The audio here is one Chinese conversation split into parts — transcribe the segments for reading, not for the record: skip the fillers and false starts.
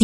第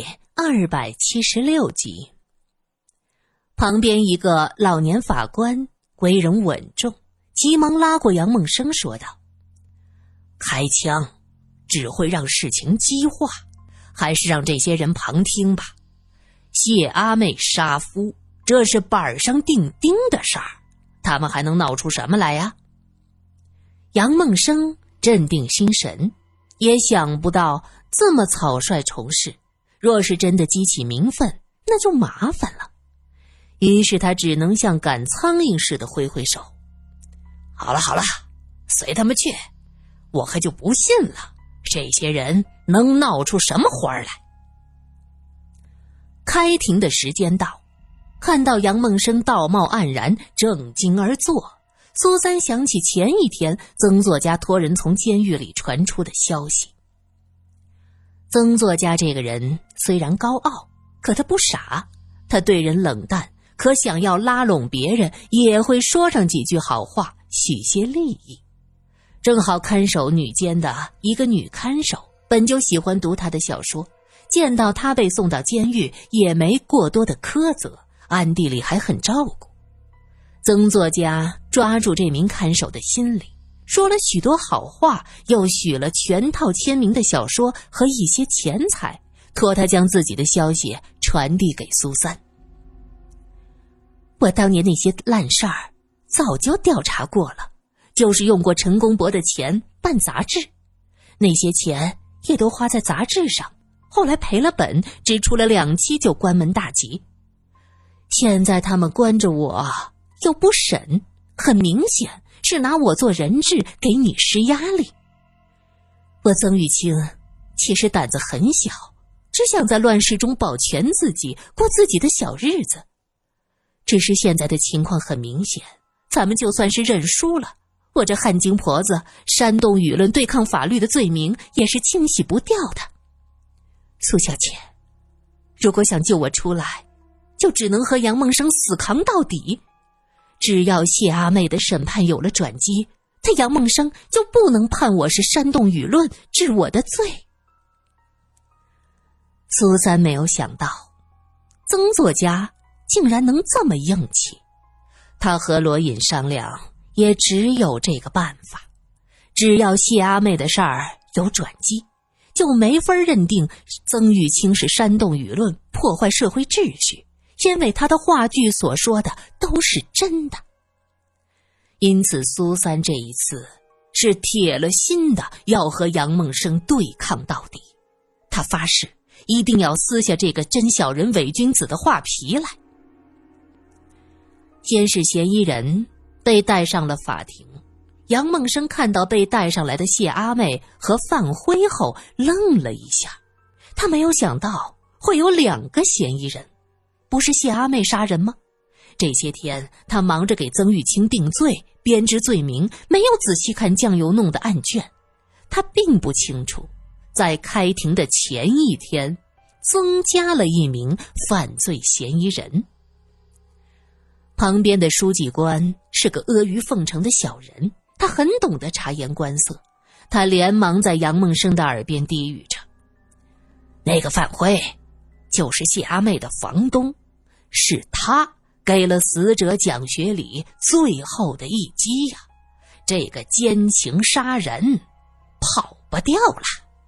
276集。旁边一个老年法官为人稳重，急忙拉过杨梦生说道：开枪只会让事情激化，还是让这些人旁听吧。谢阿妹杀夫，这是板上钉钉的事儿，他们还能闹出什么来呀？杨梦生镇定心神，也想不到这么草率从事，若是真的激起民愤，那就麻烦了。于是他只能像赶苍蝇似的挥挥手：好了好了，随他们去，我可就不信了，这些人能闹出什么花来。开庭的时间到，看到杨梦生道貌岸然，正襟而坐，苏三想起前一天曾作家托人从监狱里传出的消息。曾作家这个人虽然高傲，可他不傻，他对人冷淡，可想要拉拢别人，也会说上几句好话，许些利益。正好看守女监的一个女看守本就喜欢读他的小说，见到他被送到监狱，也没过多的苛责，暗地里还很照顾。曾作家抓住这名看守的心理，说了许多好话，又许了全套签名的小说和一些钱财，托他将自己的消息传递给苏三。我当年那些烂事儿早就调查过了，就是用过陈公博的钱办杂志，那些钱也都花在杂志上，后来赔了本，只出了2期就关门大吉。现在他们关着我又不审，很明显是拿我做人质，给你施压力。我曾玉清其实胆子很小，只想在乱世中保全自己，过自己的小日子。只是现在的情况很明显，咱们就算是认输了，我这汉京婆子煽动舆论对抗法律的罪名也是清洗不掉的。苏小姐，如果想救我出来，就只能和杨梦生死扛到底。只要谢阿妹的审判有了转机，他杨梦生就不能判我是煽动舆论治我的罪。苏三没有想到曾作家竟然能这么硬气，他和罗隐商量也只有这个办法，只要谢阿妹的事儿有转机，就没法认定曾玉清是煽动舆论破坏社会秩序，因为他的话剧所说的都是真的。因此苏三这一次是铁了心的要和杨梦生对抗到底，他发誓一定要撕下这个真小人伪君子的画皮来。先是嫌疑人被带上了法庭，杨梦生看到被带上来的谢阿妹和范辉后愣了一下，他没有想到会有2个嫌疑人，不是谢阿妹杀人吗？这些天他忙着给曾玉清定罪，编织罪名，没有仔细看酱油弄的案卷。他并不清楚，在开庭的前一天增加了1名犯罪嫌疑人。旁边的书记官是个阿谀奉承的小人，他很懂得察言观色，他连忙在杨梦生的耳边低语着：那个范辉就是谢阿妹的房东，是他给了死者蒋学礼最后的一击呀！这个奸情杀人跑不掉了。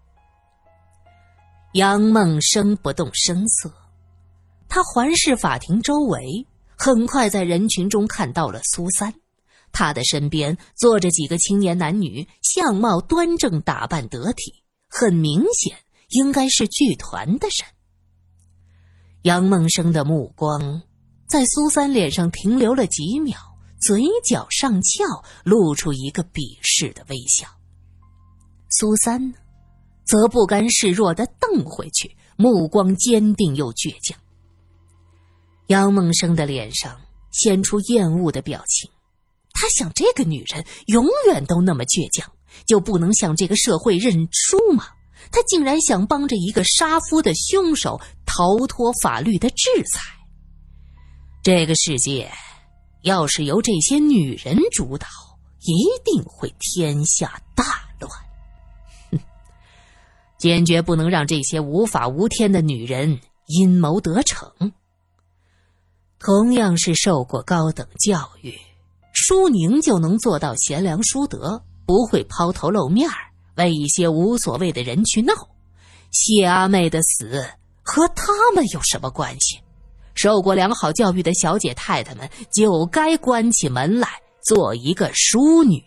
杨梦生不动声色，他环视法庭周围，很快在人群中看到了苏三，他的身边坐着几个青年男女，相貌端正，打扮得体，很明显应该是剧团的人。杨梦生的目光在苏三脸上停留了几秒，嘴角上翘，露出一个鄙视的微笑。苏三呢，则不甘示弱地瞪回去，目光坚定又倔强。杨梦生的脸上现出厌恶的表情，他想这个女人永远都那么倔强，就不能向这个社会认输吗？他竟然想帮着一个杀夫的凶手逃脱法律的制裁。这个世界要是由这些女人主导，一定会天下大乱。 坚决不能让这些无法无天的女人阴谋得逞。同样是受过高等教育，舒宁就能做到贤良淑德，不会抛头露面，为一些无所谓的人去闹。谢阿妹的死和他们有什么关系？受过良好教育的小姐太太们就该关起门来做一个淑女。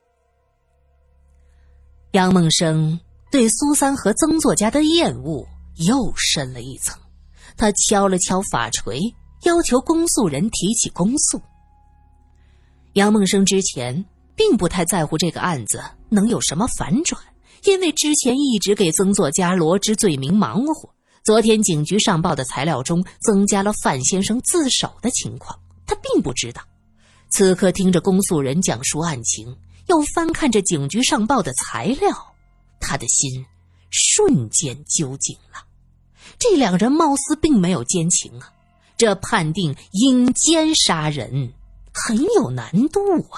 杨梦生对苏三和曾作家的厌恶又深了一层，他敲了敲法锤，要求公诉人提起公诉。杨梦生之前并不太在乎这个案子能有什么反转，因为之前一直给曾作家罗织罪名忙活。昨天警局上报的材料中增加了范先生自首的情况，他并不知道。此刻听着公诉人讲述案情，又翻看着警局上报的材料，他的心瞬间揪紧了。这两人貌似并没有奸情啊，这判定阴奸杀人很有难度啊。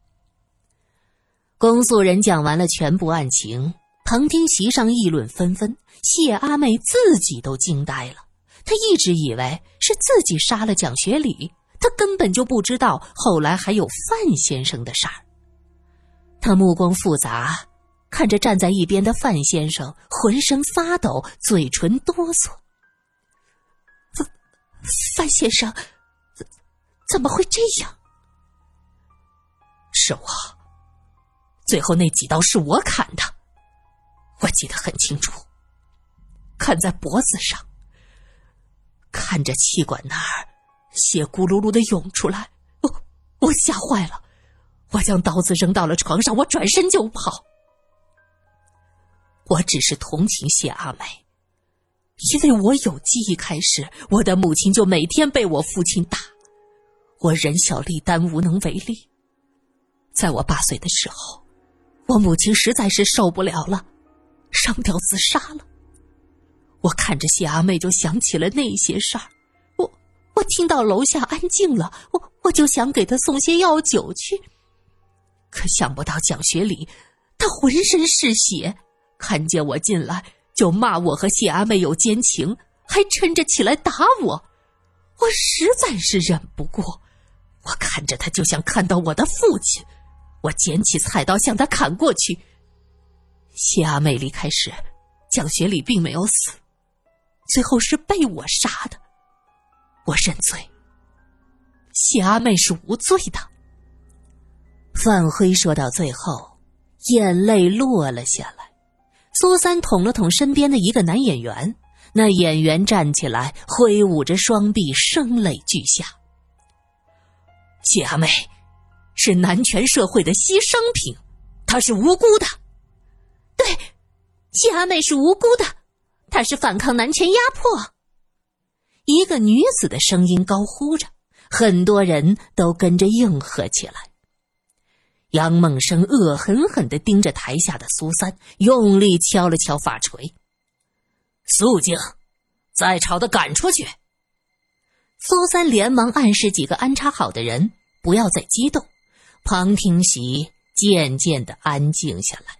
公诉人讲完了全部案情，旁听席上议论纷纷，谢阿妹自己都惊呆了。她一直以为是自己杀了蒋学礼，她根本就不知道后来还有范先生的事儿。她目光复杂，看着站在一边的范先生，浑身发抖，嘴唇哆嗦。范先生，怎么会这样？是我，最后那几刀是我砍的，我记得很清楚，砍在脖子上，看着气管那儿血咕噜噜的涌出来，我吓坏了，我将刀子扔到了床上，我转身就跑。我只是同情谢阿梅，因为我有记忆开始，我的母亲就每天被我父亲打，我人小力单，无能为力。在我8岁的时候，我母亲实在是受不了了，上吊自杀了。我看着谢阿妹就想起了那些事儿，我听到楼下安静了，我就想给她送些药酒去。可想不到蒋学礼，他浑身是血，看见我进来就骂我和谢阿妹有奸情，还抻着起来打我。我实在是忍不过，我看着他就像看到我的父亲，我捡起菜刀向他砍过去。谢阿妹离开时，蒋学礼并没有死，最后是被我杀的。我认罪，谢阿妹是无罪的。范辉说到最后，眼泪落了下来。苏三捅了捅身边的一个男演员，那演员站起来，挥舞着双臂，声泪俱下。谢阿妹是男权社会的牺牲品，她是无辜的。对，谢阿妹是无辜的，她是反抗男权压迫。一个女子的声音高呼着，很多人都跟着应和起来。杨梦生恶狠狠地盯着台下的苏三，用力敲了敲法锤。肃静，在场的赶出去。苏三连忙暗示几个安插好的人不要再激动，旁听席渐渐地安静下来。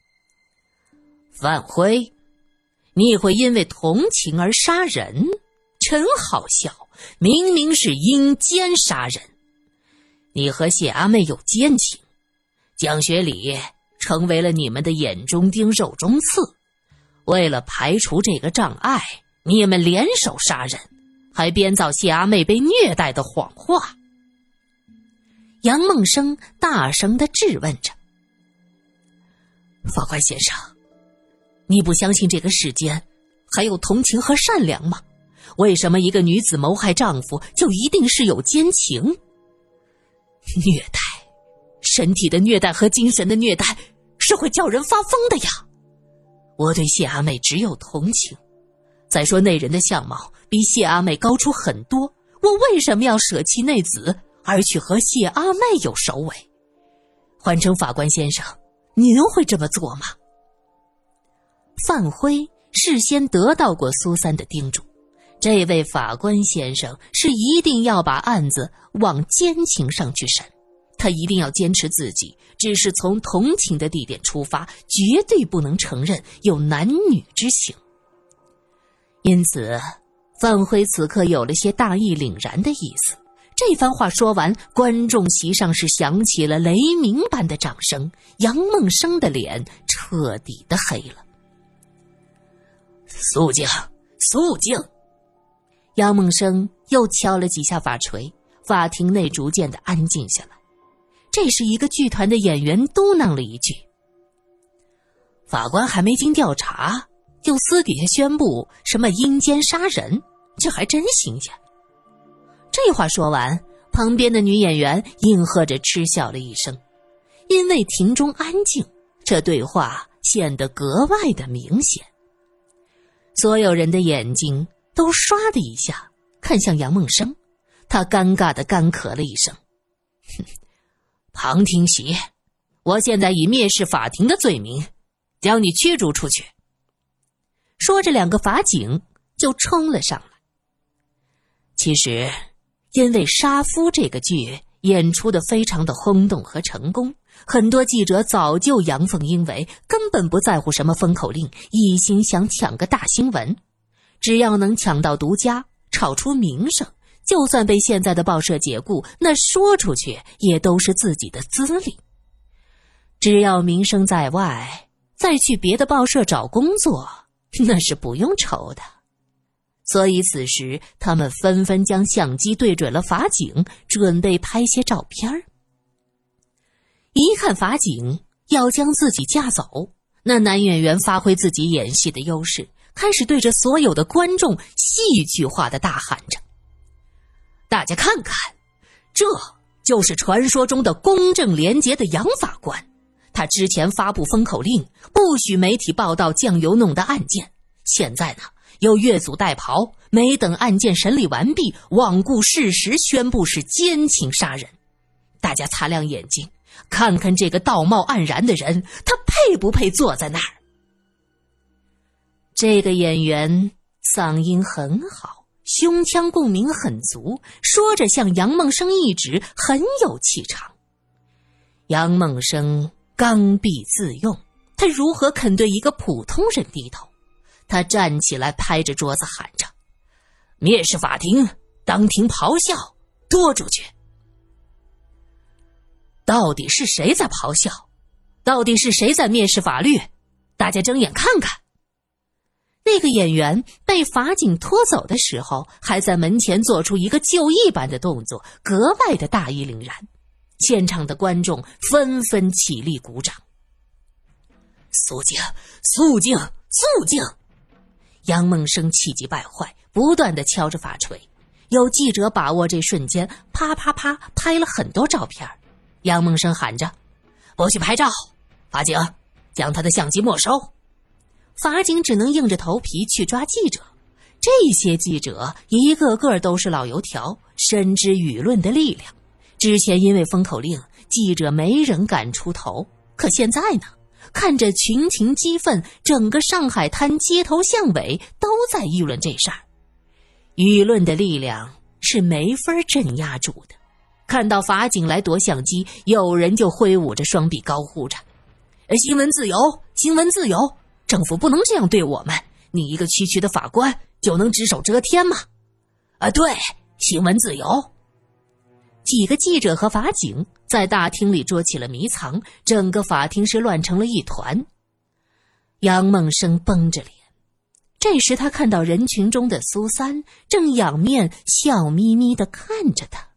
范辉，你会因为同情而杀人，真好笑，明明是阴奸杀人。你和谢阿妹有奸情，蒋学礼成为了你们的眼中钉肉中刺，为了排除这个障碍，你们联手杀人，还编造谢阿妹被虐待的谎话。杨梦生大声地质问着。法官先生，你不相信这个世间还有同情和善良吗？为什么一个女子谋害丈夫就一定是有奸情？虐待，身体的虐待和精神的虐待是会叫人发疯的呀。我对谢阿妹只有同情，再说那人的相貌比谢阿妹高出很多，我为什么要舍弃内子而去和谢阿妹有首尾？换成法官先生，您会这么做吗？范辉事先得到过苏三的叮嘱，这位法官先生是一定要把案子往奸情上去审， 他一定要坚持自己只是从同情的地点出发，绝对不能承认有男女之情。因此范辉此刻有了些大义凛然的意思。这番话说完，观众席上是响起了雷鸣般的掌声，杨梦生的脸彻底的黑了。肃静，肃静！杨梦生又敲了几下法锤，法庭内逐渐的安静下来。这时一个剧团的演员嘟囔了一句：法官还没经调查就私底下宣布什么阴间杀人，这还真新鲜。这话说完，旁边的女演员应和着嗤笑了一声。因为庭中安静，这对话显得格外的明显。所有人的眼睛都唰的一下看向杨梦生，他尴尬地干咳了一声：旁听席，我现在以蔑视法庭的罪名将你驱逐出去。说着，两个法警就冲了上来。其实因为《杀夫》这个剧演出的非常的轰动和成功，很多记者早就阳奉阴违，根本不在乎什么封口令，一心想抢个大新闻。只要能抢到独家，炒出名声，就算被现在的报社解雇，那说出去也都是自己的资历。只要名声在外，再去别的报社找工作，那是不用愁的。所以此时他们纷纷将相机对准了法警，准备拍些照片。一看法警要将自己架走，那男演员发挥自己演戏的优势，开始对着所有的观众戏剧化的大喊着：大家看看，这就是传说中的公正廉洁的杨法官，他之前发布封口令，不许媒体报道酱油弄的案件，现在呢又越俎代庖，没等案件审理完毕，罔顾事实宣布是奸情杀人。大家擦亮眼睛，看看这个道貌岸然的人，他配不配坐在那儿？这个演员嗓音很好，胸腔共鸣很足，说着向杨梦生一指，很有气场。杨梦生刚愎自用，他如何肯对一个普通人低头？他站起来拍着桌子喊着：蔑视法庭，当庭咆哮，拖出去！到底是谁在咆哮？到底是谁在蔑视法律？大家睁眼看看！那个演员被法警拖走的时候，还在门前做出一个就义般的动作，格外的大义凛然。现场的观众纷纷起立鼓掌。肃静，肃静，肃静！杨梦生气急败坏，不断地敲着法锤。有记者把握这瞬间，啪啪啪拍了很多照片。杨梦生喊着：不许拍照！法警，将他的相机没收！法警只能硬着头皮去抓记者。这些记者一个个都是老油条，深知舆论的力量。之前因为封口令，记者没人敢出头，可现在呢，看着群情激愤，整个上海滩街头巷尾都在议论这事儿。舆论的力量是没法镇压住的。看到法警来夺相机，有人就挥舞着双臂高呼着：新闻自由，新闻自由，政府不能这样对我们，你一个区区的法官就能只手遮天吗？对，新闻自由。几个记者和法警在大厅里捉起了迷藏，整个法庭是乱成了一团。杨梦生绷着脸，这时他看到人群中的苏三正仰面笑眯眯地看着他。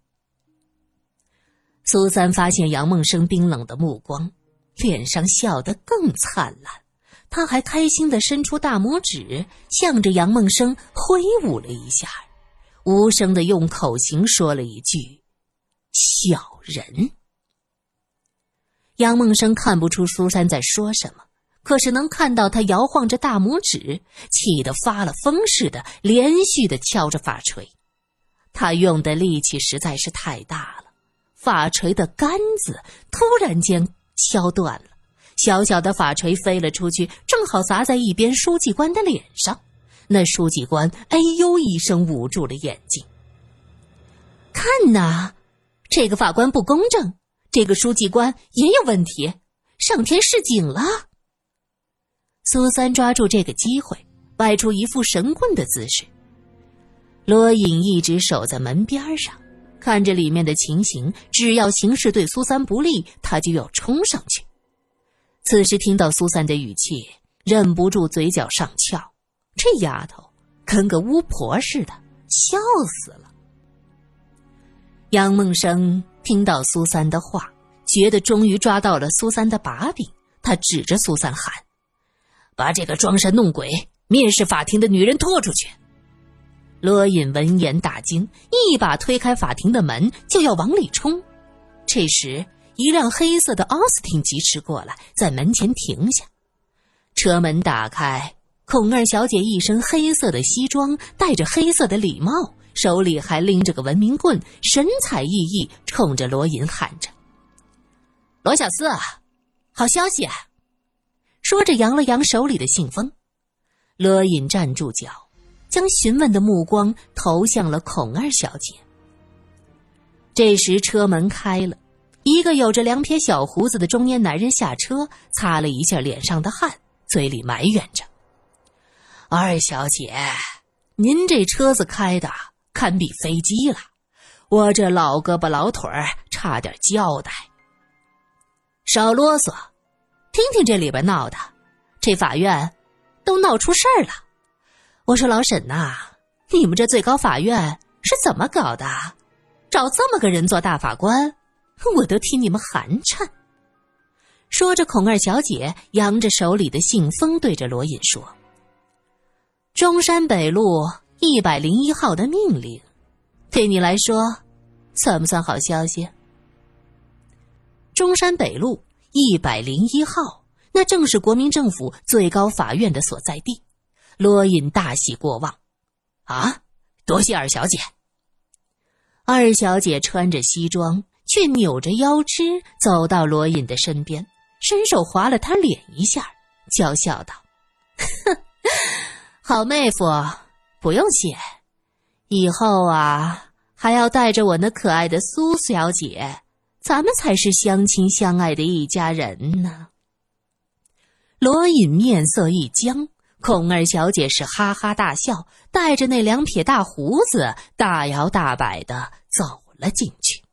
苏三发现杨梦生冰冷的目光，脸上笑得更灿烂，他还开心地伸出大拇指，向着杨梦生挥舞了一下，无声地用口型说了一句：小人。杨梦生看不出苏三在说什么，可是能看到他摇晃着大拇指，气得发了疯似的连续地敲着法锤。他用的力气实在是太大了，法锤的杆子突然间敲断了，小小的法锤飞了出去，正好砸在一边书记官的脸上。那书记官哎呦一声捂住了眼睛。看哪，这个法官不公正， 这个书记官也有问题，上天示警了。苏三抓住这个机会，摆出一副神棍的姿势。罗隐一直守在门边上，看着里面的情形，只要形势对苏三不利，他就要冲上去。此时听到苏三的语气，忍不住嘴角上翘，这丫头跟个巫婆似的，笑死了。杨梦生听到苏三的话，觉得终于抓到了苏三的把柄，他指着苏三喊：把这个装神弄鬼、蔑视法庭的女人拖出去！罗隐闻言大惊，一把推开法庭的门，就要往里冲。这时一辆黑色的奥斯汀疾驰过来，在门前停下。车门打开，孔二小姐一身黑色的西装，戴着黑色的礼帽，手里还拎着个文明棍，神采奕奕，冲着罗隐喊着：罗小四，好消息！说着扬了扬手里的信封。罗隐站住脚，将询问的目光投向了孔二小姐。这时车门开了，一个有着2撇小胡子的中年男人下车，擦了一下脸上的汗，嘴里埋怨着：二小姐，您这车子开的堪比飞机了，我这老胳膊老腿儿差点交代。少啰嗦，听听这里边闹的，这法院都闹出事儿了。我说老沈呐，你们这最高法院是怎么搞的？找这么个人做大法官，我都替你们寒颤。说着，孔二小姐扬着手里的信封对着罗隐说：中山北路101号的命令，对你来说算不算好消息？中山北路101号，那正是国民政府最高法院的所在地。罗隐大喜过望：啊，多谢二小姐。二小姐穿着西装，却扭着腰肢走到罗隐的身边，伸手划了他脸一下，娇笑道：哼，好妹夫，不用谢，以后啊，还要带着我那可爱的苏小姐，咱们才是相亲相爱的一家人呢。罗隐面色一僵，孔二小姐是哈哈大笑，带着那2撇大胡子大摇大摆地走了进去。